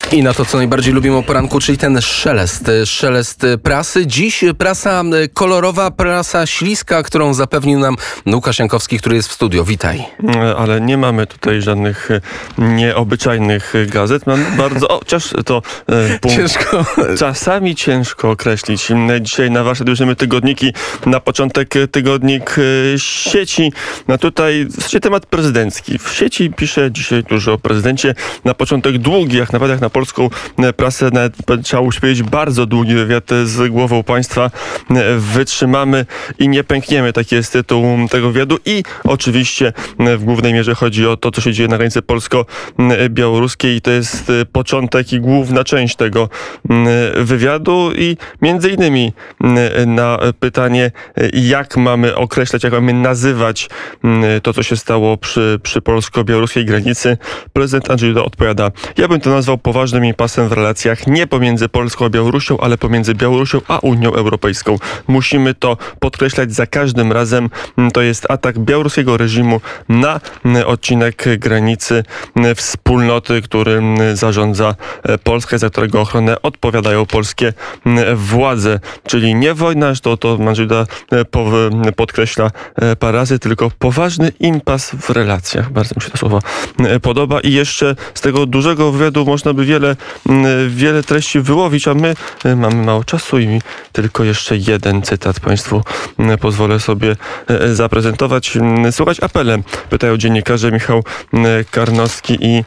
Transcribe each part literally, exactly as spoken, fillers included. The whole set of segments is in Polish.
I na to, co najbardziej lubimy o poranku, czyli ten szelest, szelest prasy. Dziś prasa kolorowa, prasa śliska, którą zapewnił nam Łukasz Jankowski, który jest w studio. Witaj. Ale nie mamy tutaj żadnych nieobyczajnych gazet. Mam bardzo, o, chociaż to punkt, ciężko. Czasami ciężko określić. Dzisiaj na wasze bierzemy tygodniki. Na początek tygodnik sieci. No tutaj w temat prezydencki. W sieci pisze dzisiaj dużo o prezydencie. Na początek długi, jak nawet jak na polską prasę, nawet trzeba uśpieć, bardzo długi wywiad z głową państwa. Wytrzymamy i nie pękniemy. Taki jest tytuł tego wywiadu. I oczywiście w głównej mierze chodzi o to, co się dzieje na granicy polsko-białoruskiej. I to jest początek i główna część tego wywiadu. I między innymi na pytanie, jak mamy określać, jak mamy nazywać to, co się stało przy, przy polsko-białoruskiej granicy, prezydent Andrzej Duda odpowiada: ja bym to nazwał poważnym impasem w relacjach nie pomiędzy Polską a Białorusią, ale pomiędzy Białorusią a Unią Europejską. Musimy to podkreślać za każdym razem. To jest atak białoruskiego reżimu na odcinek granicy wspólnoty, którym zarządza Polska, za którego ochronę odpowiadają polskie władze. Czyli nie wojna, to, to Andrzej Duda podkreśla parę razy, tylko poważny impas w relacjach. Bardzo mi się to słowo podoba. I jeszcze z tego dużego wywiadu można by wiele, wiele treści wyłowić, a my mamy mało czasu i tylko jeszcze jeden cytat państwu pozwolę sobie zaprezentować. Słuchać apelem, pytają dziennikarze Michał Karnowski i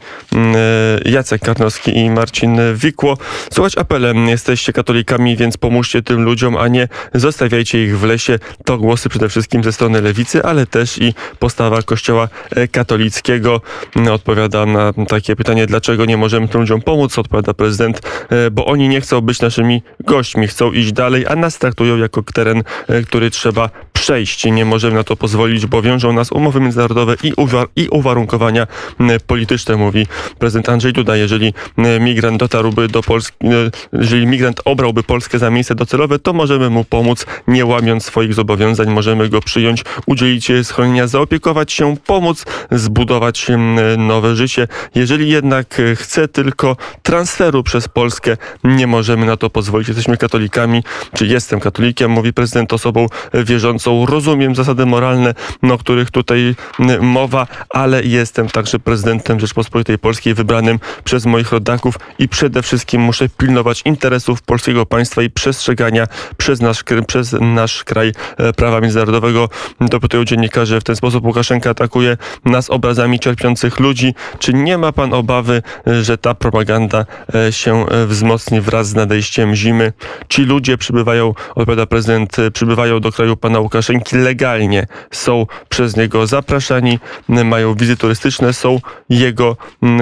Jacek Karnowski i Marcin Wikło. Słuchać apelem, jesteście katolikami, więc pomóżcie tym ludziom, a nie zostawiajcie ich w lesie. To głosy przede wszystkim ze strony lewicy, ale też i postawa Kościoła katolickiego. Odpowiada na takie pytanie, dlaczego nie możemy tym ludziom pomóc. Odpowiada prezydent, bo oni nie chcą być naszymi gośćmi, chcą iść dalej, a nas traktują jako teren, który trzeba przejść. Nie możemy na to pozwolić, bo wiążą nas umowy międzynarodowe i, uwar- i uwarunkowania polityczne, mówi prezydent Andrzej Duda. Jeżeli migrant dotarłby do Polski, jeżeli migrant obrałby Polskę za miejsce docelowe, to możemy mu pomóc, nie łamiąc swoich zobowiązań. Możemy go przyjąć, udzielić schronienia, zaopiekować się, pomóc zbudować nowe życie. Jeżeli jednak chce tylko transferu przez Polskę, nie możemy na to pozwolić. Jesteśmy katolikami, czy jestem katolikiem, mówi prezydent, osobą wierzącą. Rozumiem zasady moralne, o których tutaj mowa, ale jestem także prezydentem Rzeczpospolitej Polskiej, wybranym przez moich rodaków i przede wszystkim muszę pilnować interesów polskiego państwa i przestrzegania przez nasz, przez nasz kraj prawa międzynarodowego. Dopytują dziennikarze, w ten sposób Łukaszenka atakuje nas obrazami cierpiących ludzi. Czy nie ma pan obawy, że ta propaganda się wzmocni wraz z nadejściem zimy? Ci ludzie przybywają, odpowiada prezydent, przybywają do kraju pana Łukaszenki legalnie. Są przez niego zapraszani, mają wizy turystyczne, są jego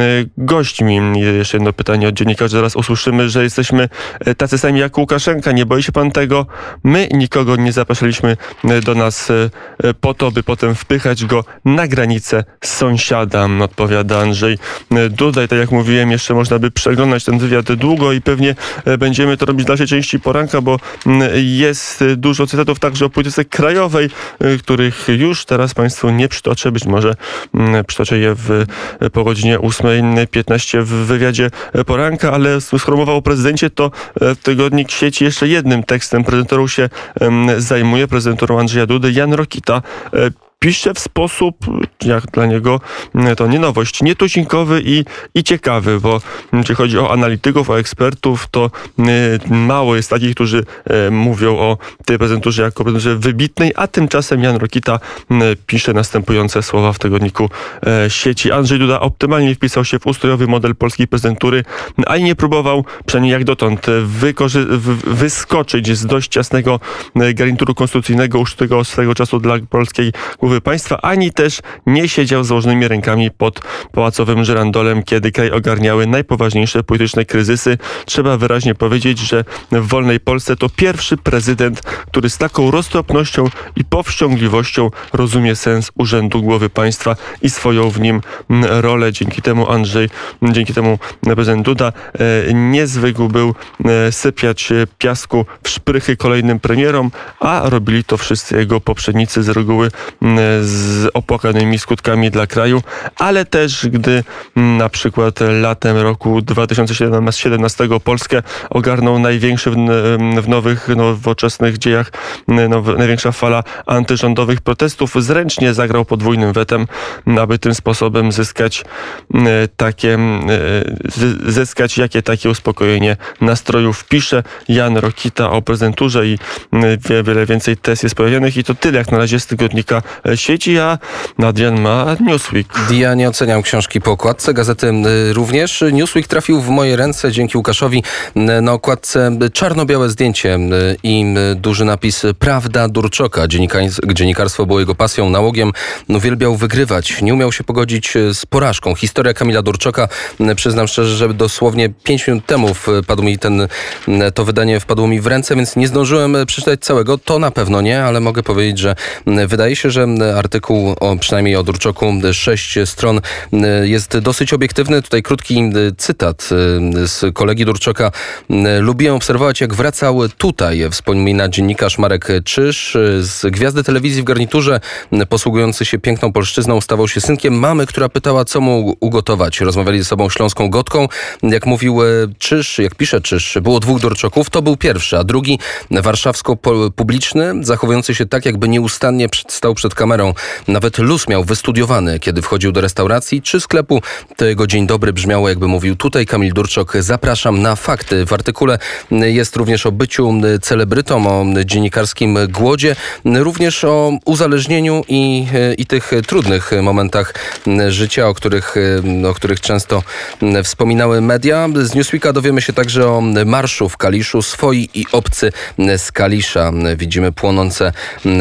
gośćmi. Jeszcze jedno pytanie od dziennikarzy. Zaraz usłyszymy, że jesteśmy tacy sami jak Łukaszenka. Nie boi się pan tego? My nikogo nie zapraszaliśmy do nas po to, by potem wpychać go na granicę sąsiada, odpowiada Andrzej Duda. I tak jak mówiłem, jeszcze można by przeglądać ten wywiad długo i pewnie będziemy to robić w dalszej części poranka, bo jest dużo cytatów także o polityce krajowej, których już teraz państwu nie przytoczę. Być może przytoczę je w, po godzinie ósmej piętnaście w wywiadzie poranka, ale skoro mowa o prezydencie, to tygodnik sieci jeszcze jednym tekstem prezenturą się zajmuje, prezenturą Andrzeja Dudy. Jan Rokita pisze w sposób, jak dla niego to nie nowość, nietuzinkowy i, i ciekawy, bo jeśli chodzi o analityków, o ekspertów, to y, mało jest takich, którzy y, mówią o tej prezenturze jako prezenturze wybitnej, a tymczasem Jan Rokita y, pisze następujące słowa w tygodniku y, sieci. Andrzej Duda optymalnie wpisał się w ustrojowy model polskiej prezentury, ani nie próbował, przynajmniej jak dotąd, wykorzy- w- wyskoczyć z dość ciasnego y, garnituru konstytucyjnego użytego swego czasu dla polskiej państwa, ani też nie siedział z założonymi rękami pod pałacowym żyrandolem, kiedy kraj ogarniały najpoważniejsze polityczne kryzysy. Trzeba wyraźnie powiedzieć, że w wolnej Polsce to pierwszy prezydent, który z taką roztropnością i powściągliwością rozumie sens urzędu głowy państwa i swoją w nim rolę. Dzięki temu Andrzej, dzięki temu prezydent Duda nie zwykł był sypiać piasku w szprychy kolejnym premierom, a robili to wszyscy jego poprzednicy z reguły z opłakanymi skutkami dla kraju, ale też gdy na przykład latem roku dwa tysiące siedemnastego Polskę ogarnął największy w, w nowych, nowoczesnych dziejach nowy, największa fala antyrządowych protestów, zręcznie zagrał podwójnym wetem, aby tym sposobem zyskać takie, zyskać jakie takie uspokojenie nastrojów. Pisze Jan Rokita o prezydenturze i wiele więcej tez jest pojawianych i to tyle jak na razie z tygodnika Sieci, a Adrian ma Newsweek. Ja nie oceniam książki po okładce, gazety również. Newsweek trafił w moje ręce dzięki Łukaszowi. Na okładce czarno-białe zdjęcie i duży napis Prawda Durczoka. Dziennikarstwo było jego pasją, nałogiem. Uwielbiał wygrywać. Nie umiał się pogodzić z porażką. Historia Kamila Durczoka, przyznam szczerze, że dosłownie pięć minut temu wpadł mi ten, to wydanie wpadło mi w ręce, więc nie zdążyłem przeczytać całego. To na pewno nie, ale mogę powiedzieć, że wydaje się, że artykuł o, przynajmniej o Durczoku, sześć stron, jest dosyć obiektywny. Tutaj krótki cytat z kolegi Durczoka. Lubiłem obserwować, jak wracał tutaj, wspomina dziennikarz Marek Czyż. Z gwiazdy telewizji w garniturze, posługujący się piękną polszczyzną, stawał się synkiem mamy, która pytała, co mu ugotować. Rozmawiali ze sobą śląską gotką. Jak mówił Czyż, jak pisze Czyż, było dwóch Durczoków. To był pierwszy, a drugi warszawsko-publiczny, zachowujący się tak, jakby nieustannie stał przed kamerą. Nawet luz miał wystudiowany, kiedy wchodził do restauracji czy sklepu. To jego dzień dobry brzmiało, jakby mówił: tutaj Kamil Durczok, zapraszam na fakty. W artykule jest również o byciu celebrytą, o dziennikarskim głodzie, również o uzależnieniu i, i tych trudnych momentach życia, o których, o których często wspominały media. Z Newsweeka dowiemy się także o marszu w Kaliszu. Swoi i obcy z Kalisza. Widzimy płonące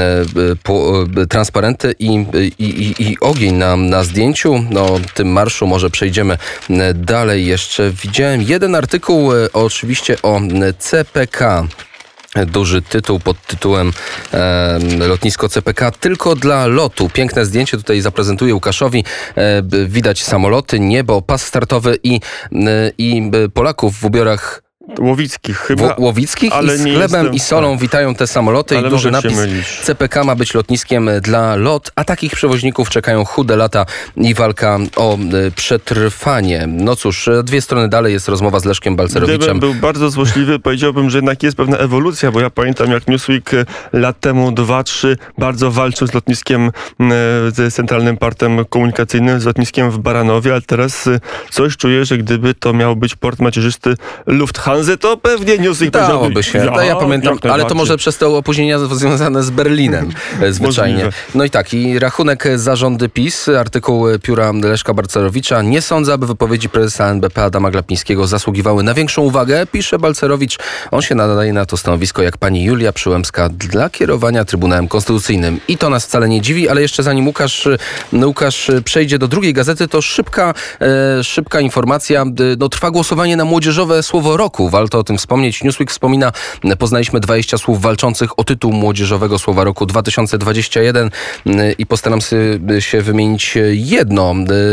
po, transparenty i, i, i ogień na, na zdjęciu. O tym marszu może przejdziemy dalej jeszcze. Widziałem jeden artykuł oczywiście o C P K. Duży tytuł pod tytułem e, lotnisko C P K tylko dla lotu. Piękne zdjęcie tutaj zaprezentuję Łukaszowi. E, widać samoloty, niebo, pas startowy i, e, i Polaków w ubiorach Łowickich chyba. W, łowickich ale i z nie chlebem jestem, i solą tak. witają te samoloty ale i duży napis mylić. C P K ma być lotniskiem dla lot, a takich przewoźników czekają chude lata i walka o y, przetrwanie. No cóż, dwie strony dalej jest rozmowa z Leszkiem Balcerowiczem. Gdybym był bardzo złośliwy, powiedziałbym, że jednak jest pewna ewolucja, bo ja pamiętam, jak Newsweek lat temu, dwa, trzy, bardzo walczył z lotniskiem, y, z Centralnym Portem Komunikacyjnym, z lotniskiem w Baranowie, ale teraz y, coś czuję, że gdyby to miał być port macierzysty Lufthansa, to pewnie Newsweek dałoby się. Ja, ja pamiętam, ale to może przez te opóźnienia związane z Berlinem zwyczajnie. Możliwe. No i tak, i rachunek zarządy PiS, artykuł pióra Leszka Balcerowicza. Nie sądzę, aby wypowiedzi prezesa N B P Adama Glapińskiego zasługiwały na większą uwagę, pisze Balcerowicz. On się nadaje na to stanowisko jak pani Julia Przyłębska dla kierowania Trybunałem Konstytucyjnym. I to nas wcale nie dziwi, ale jeszcze zanim Łukasz, Łukasz przejdzie do drugiej gazety, to szybka, e, szybka informacja. No, trwa głosowanie na młodzieżowe słowo roku. Warto o tym wspomnieć. Newsweek wspomina, poznaliśmy dwadzieścia słów walczących o tytuł młodzieżowego słowa roku dwa tysiące dwudziesty pierwszy i postaram się wymienić jedno.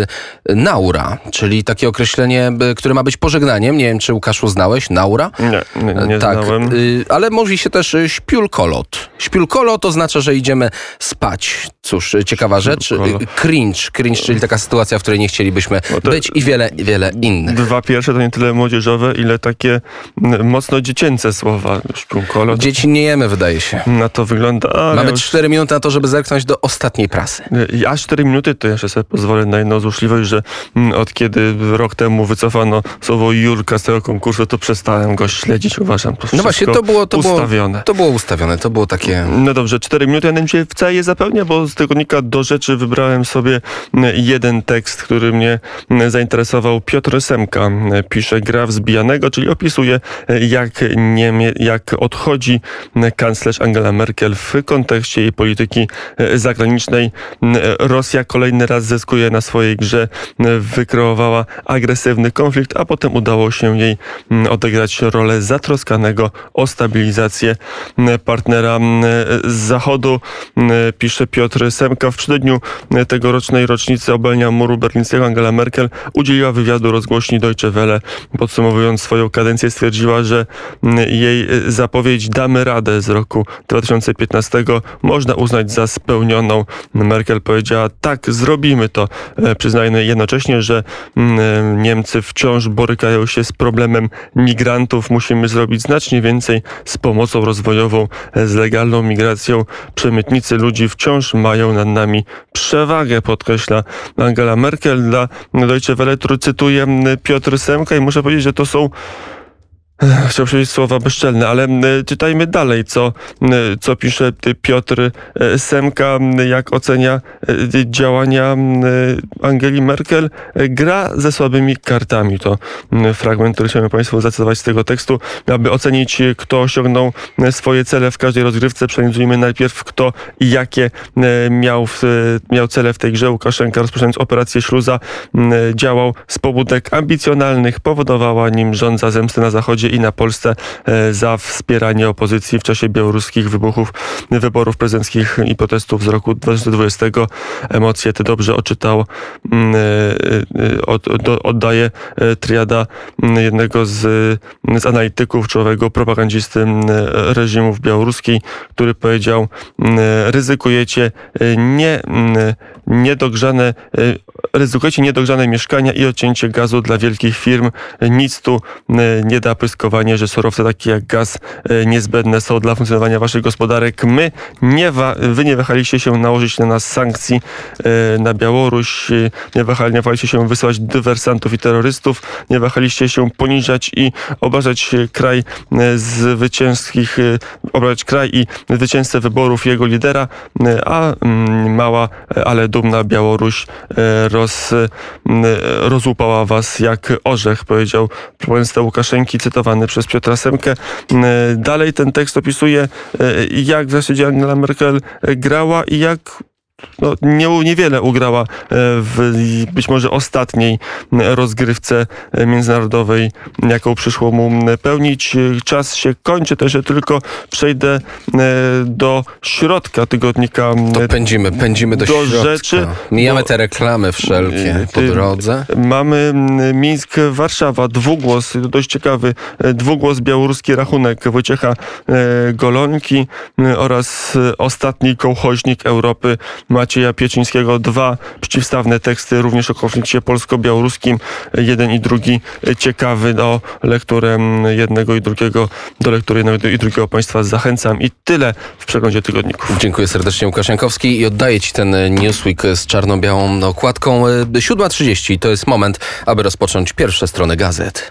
Naura, czyli takie określenie, które ma być pożegnaniem. Nie wiem, czy Łukaszu znałeś Naura? Nie, nie, nie tak, znałem. Ale mówi się też śpiulkolot. Śpiulkolot oznacza, że idziemy spać. Cóż, ciekawa rzecz. Cringe, cringe, czyli taka sytuacja, w której nie chcielibyśmy być i wiele, wiele innych. Dwa pierwsze to nie tyle młodzieżowe, ile takie mocno dziecięce słowa. Śpiulkolot. Dzieci nie jemy, wydaje się. Na to wygląda. Ale Mamy już... cztery minuty na to, żeby zerknąć do ostatniej prasy. I aż cztery minuty, to jeszcze sobie pozwolę na jedną złośliwość, że od kiedy rok temu wycofano słowo Jurka z tego konkursu, to przestałem go śledzić, uważam. To no właśnie, to było, to, ustawione. Było, to było ustawione, to było takie... No dobrze, cztery minuty, ja na dzisiaj wcale je zapełnię, bo z tygodnika Do Rzeczy wybrałem sobie jeden tekst, który mnie zainteresował. Piotr Semka pisze: gra wzbijanego, czyli opisuje, jak, Niemie- jak odchodzi kanclerz Angela Merkel w kontekście jej polityki zagranicznej. Rosja kolejny raz zyskuje na swojej grze, wykreowała agresywny konflikt, a potem udało się jej odegrać rolę zatroskanego o stabilizację partnera z Zachodu, pisze Piotr Semka. W przededniu tegorocznej rocznicy obalenia muru berlińskiego Angela Merkel udzieliła wywiadu rozgłośni Deutsche Welle, podsumowując swoją kadencję reakcję, stwierdziła, że jej zapowiedź "damy radę" z roku dwa tysiące piętnastego można uznać za spełnioną. Merkel powiedziała: tak, zrobimy to. Przyznajmy jednocześnie, że Niemcy wciąż borykają się z problemem migrantów. Musimy zrobić znacznie więcej z pomocą rozwojową, z legalną migracją. Przemytnicy ludzi wciąż mają nad nami przewagę, podkreśla Angela Merkel. Dla Deutsche Welle cytuje Piotr Semka i muszę powiedzieć, że to są Chciałem powiedzieć słowa bezczelne, ale czytajmy dalej, co, co pisze Piotr Semka, jak ocenia działania Angeli Merkel. Gra ze słabymi kartami. To fragment, który chciałem Państwu zacytować z tego tekstu. Aby ocenić, kto osiągnął swoje cele w każdej rozgrywce, przeanalizujmy najpierw, kto i jakie miał, miał cele w tej grze. Łukaszenka, rozpoczynając operację Śluza, działał z pobudek ambicjonalnych, powodowała nim żądza zemsty na Zachodzie i na Polsce za wspieranie opozycji w czasie białoruskich wybuchów wyborów prezydenckich i protestów z roku dwa tysiące dwudziestego. Emocje te dobrze odczytał, oddaje triada jednego z, z analityków, czołowego propagandzisty reżimów białoruskiej, który powiedział: ryzykujecie nie, niedogrzane, ryzykujecie niedogrzane mieszkania i odcięcie gazu dla wielkich firm. Nic tu nie da pyskowanie, że surowce takie jak gaz niezbędne są dla funkcjonowania waszych gospodarek. My nie wa- wy nie wahaliście się nałożyć na nas sankcji na Białoruś, nie wahaliście się wysyłać dywersantów i terrorystów, nie wahaliście się poniżać i obrażać kraj zwycięskich, obrażać kraj i zwycięzcę wyborów, jego lidera, a mała, ale dumna Białoruś roz, rozłupała was jak orzech, powiedział propagandista Łukaszenki, cytowany przez Piotra Semkę. Dalej ten tekst opisuje, jak w zasadzie Angela Merkel grała i jak no, nie, niewiele ugrała w być może ostatniej rozgrywce międzynarodowej, jaką przyszło mu pełnić. Czas się kończy, też tylko przejdę do środka tygodnika. To pędzimy, pędzimy do, do środka. Rzeczy. Mijamy te reklamy wszelkie po drodze. Mamy Mińsk, Warszawa, dwugłos, dość ciekawy, dwugłos, białoruski rachunek Wojciecha Golońki oraz ostatni kołchoźnik Europy Macieja Pieczyńskiego. Dwa przeciwstawne teksty, również o konflikcie polsko-białoruskim. Jeden i drugi ciekawy. Do lekturę jednego i drugiego, do lektury jednego i drugiego państwa zachęcam. I tyle w przeglądzie tygodników. Dziękuję serdecznie, Łukasz Jankowski, i oddaję Ci ten Newsweek z czarno-białą okładką. siódma trzydzieści to jest moment, aby rozpocząć pierwsze strony gazet.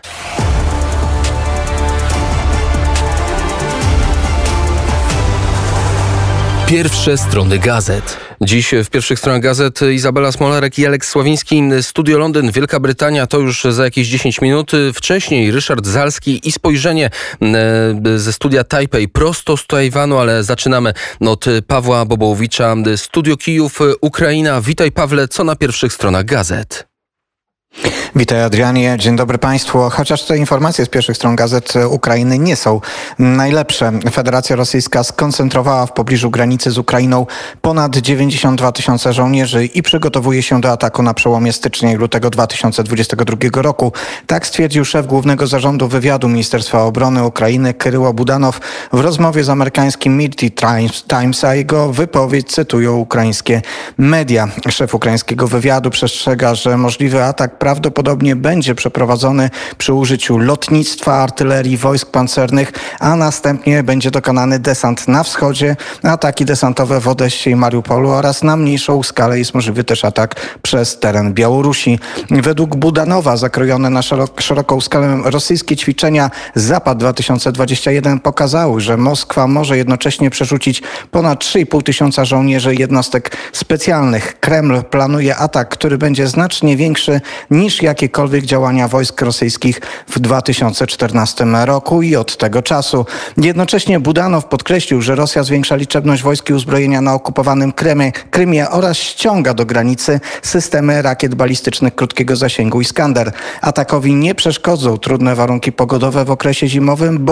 Pierwsze strony gazet. Dziś w pierwszych stronach gazet Izabela Smolarek i Aleks Sławiński. Studio Londyn, Wielka Brytania, to już za jakieś dziesięć minut. Wcześniej Ryszard Zalski i spojrzenie ze studia Tajpej, prosto z Tajwanu, ale zaczynamy od Pawła Bobołowicza. Studio Kijów, Ukraina. Witaj, Pawle, co na pierwszych stronach gazet? Witaj, Adrianie, dzień dobry Państwu. Chociaż te informacje z pierwszych stron gazet Ukrainy nie są najlepsze. Federacja Rosyjska skoncentrowała w pobliżu granicy z Ukrainą ponad dziewięćdziesiąt dwa tysiące żołnierzy i przygotowuje się do ataku na przełomie stycznia i lutego dwa tysiące dwudziestego drugiego roku. Tak stwierdził szef Głównego Zarządu Wywiadu Ministerstwa Obrony Ukrainy Kryło Budanow w rozmowie z amerykańskim Military Times, a jego wypowiedź cytują ukraińskie media. Szef ukraińskiego wywiadu przestrzega, że możliwy atak prawdopodobnie będzie przeprowadzony przy użyciu lotnictwa, artylerii, wojsk pancernych, a następnie będzie dokonany desant na wschodzie, ataki desantowe w Odessie i Mariupolu oraz na mniejszą skalę jest możliwy też atak przez teren Białorusi. Według Budanowa zakrojone na szerok, szeroką skalę rosyjskie ćwiczenia Zapad dwa tysiące dwudziesty pierwszy pokazały, że Moskwa może jednocześnie przerzucić ponad trzy i pół tysiąca żołnierzy jednostek specjalnych. Kreml planuje atak, który będzie znacznie większy niż jakiekolwiek działania wojsk rosyjskich w dwa tysiące czternastym roku i od tego czasu. Jednocześnie Budanow podkreślił, że Rosja zwiększa liczebność wojsk i uzbrojenia na okupowanym Krymie, Krymie oraz ściąga do granicy systemy rakiet balistycznych krótkiego zasięgu Iskander. Atakowi nie przeszkodzą trudne warunki pogodowe w okresie zimowym, bo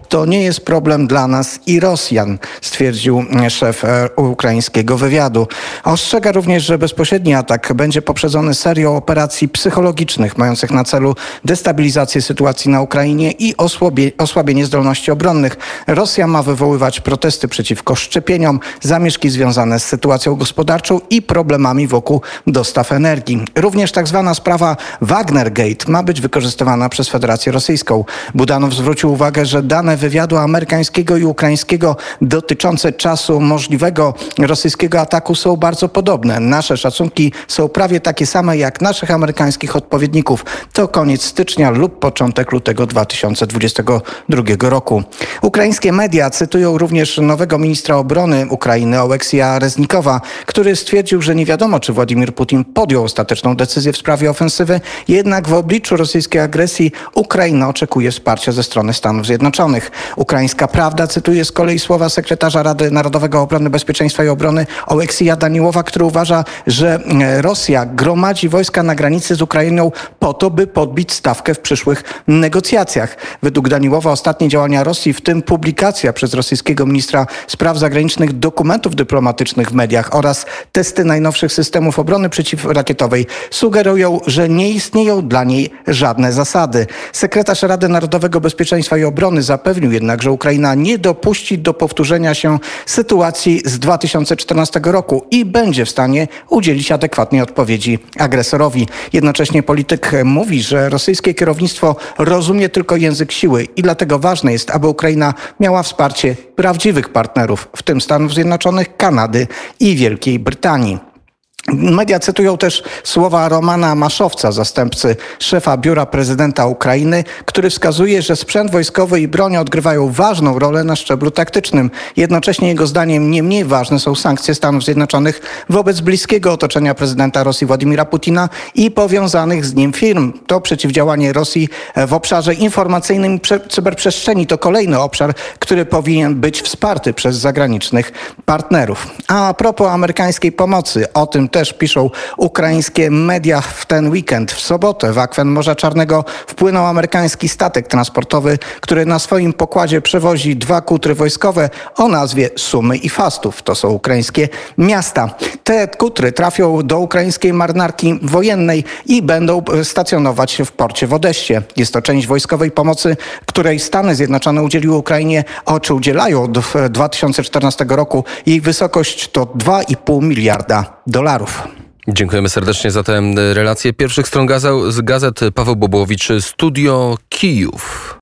to nie jest problem dla nas i Rosjan, stwierdził szef ukraińskiego wywiadu. Ostrzega również, że bezpośredni atak będzie poprzedzony serią operacji psychologicznych mających na celu destabilizację sytuacji na Ukrainie i osłabie, osłabienie zdolności obronnych. Rosja ma wywoływać protesty przeciwko szczepieniom, zamieszki związane z sytuacją gospodarczą i problemami wokół dostaw energii. Również tak zwana sprawa Wagnergate ma być wykorzystywana przez Federację Rosyjską. Budanow zwrócił uwagę, że dane wywiadu amerykańskiego i ukraińskiego dotyczące czasu możliwego rosyjskiego ataku są bardzo podobne. Nasze szacunki są prawie takie same jak naszych amerykańskich odpowiedników. To koniec stycznia lub początek lutego dwa tysiące dwudziestego drugiego roku. Ukraińskie media cytują również nowego ministra obrony Ukrainy Oleksija Reznikowa, który stwierdził, że nie wiadomo, czy Władimir Putin podjął ostateczną decyzję w sprawie ofensywy, jednak w obliczu rosyjskiej agresji Ukraina oczekuje wsparcia ze strony Stanów Zjednoczonych. Ukraińska Prawda cytuje z kolei słowa sekretarza Rady Narodowego Obrony, Bezpieczeństwa i Obrony Oleksija Daniłowa, który uważa, że Rosja gromadzi wojska na granicy z Ukrainą po to, by podbić stawkę w przyszłych negocjacjach. Według Daniłowa ostatnie działania Rosji, w tym publikacja przez rosyjskiego ministra spraw zagranicznych dokumentów dyplomatycznych w mediach oraz testy najnowszych systemów obrony przeciwrakietowej, sugerują, że nie istnieją dla niej żadne zasady. Sekretarz Rady Narodowego Bezpieczeństwa i Obrony zapewnił jednak, że Ukraina nie dopuści do powtórzenia się sytuacji z dwa tysiące czternastego roku i będzie w stanie udzielić adekwatnej odpowiedzi agresorowi. Jednocześnie polityk mówi, że rosyjskie kierownictwo rozumie tylko język siły i dlatego ważne jest, aby Ukraina miała wsparcie prawdziwych partnerów, w tym Stanów Zjednoczonych, Kanady i Wielkiej Brytanii. Media cytują też słowa Romana Maszowca, zastępcy szefa Biura Prezydenta Ukrainy, który wskazuje, że sprzęt wojskowy i broń odgrywają ważną rolę na szczeblu taktycznym. Jednocześnie jego zdaniem nie mniej ważne są sankcje Stanów Zjednoczonych wobec bliskiego otoczenia prezydenta Rosji Władimira Putina i powiązanych z nim firm. To przeciwdziałanie Rosji w obszarze informacyjnym i cyberprzestrzeni to kolejny obszar, który powinien być wsparty przez zagranicznych partnerów. A propos amerykańskiej pomocy, o tym też piszą ukraińskie media w ten weekend. W sobotę w akwen Morza Czarnego wpłynął amerykański statek transportowy, który na swoim pokładzie przewozi dwa kutry wojskowe o nazwie Sumy i Fastów. To są ukraińskie miasta. Te kutry trafią do ukraińskiej marynarki wojennej i będą stacjonować w porcie w Odessie. Jest to część wojskowej pomocy, której Stany Zjednoczone udzieliły Ukrainie, a czy udzielają od dwa tysiące czternastego roku. Jej wysokość to dwa i pół miliarda dolarów. Dziękujemy serdecznie za tę relację. Pierwszych stron gazet, Paweł Bobołowicz, Studio Kijów.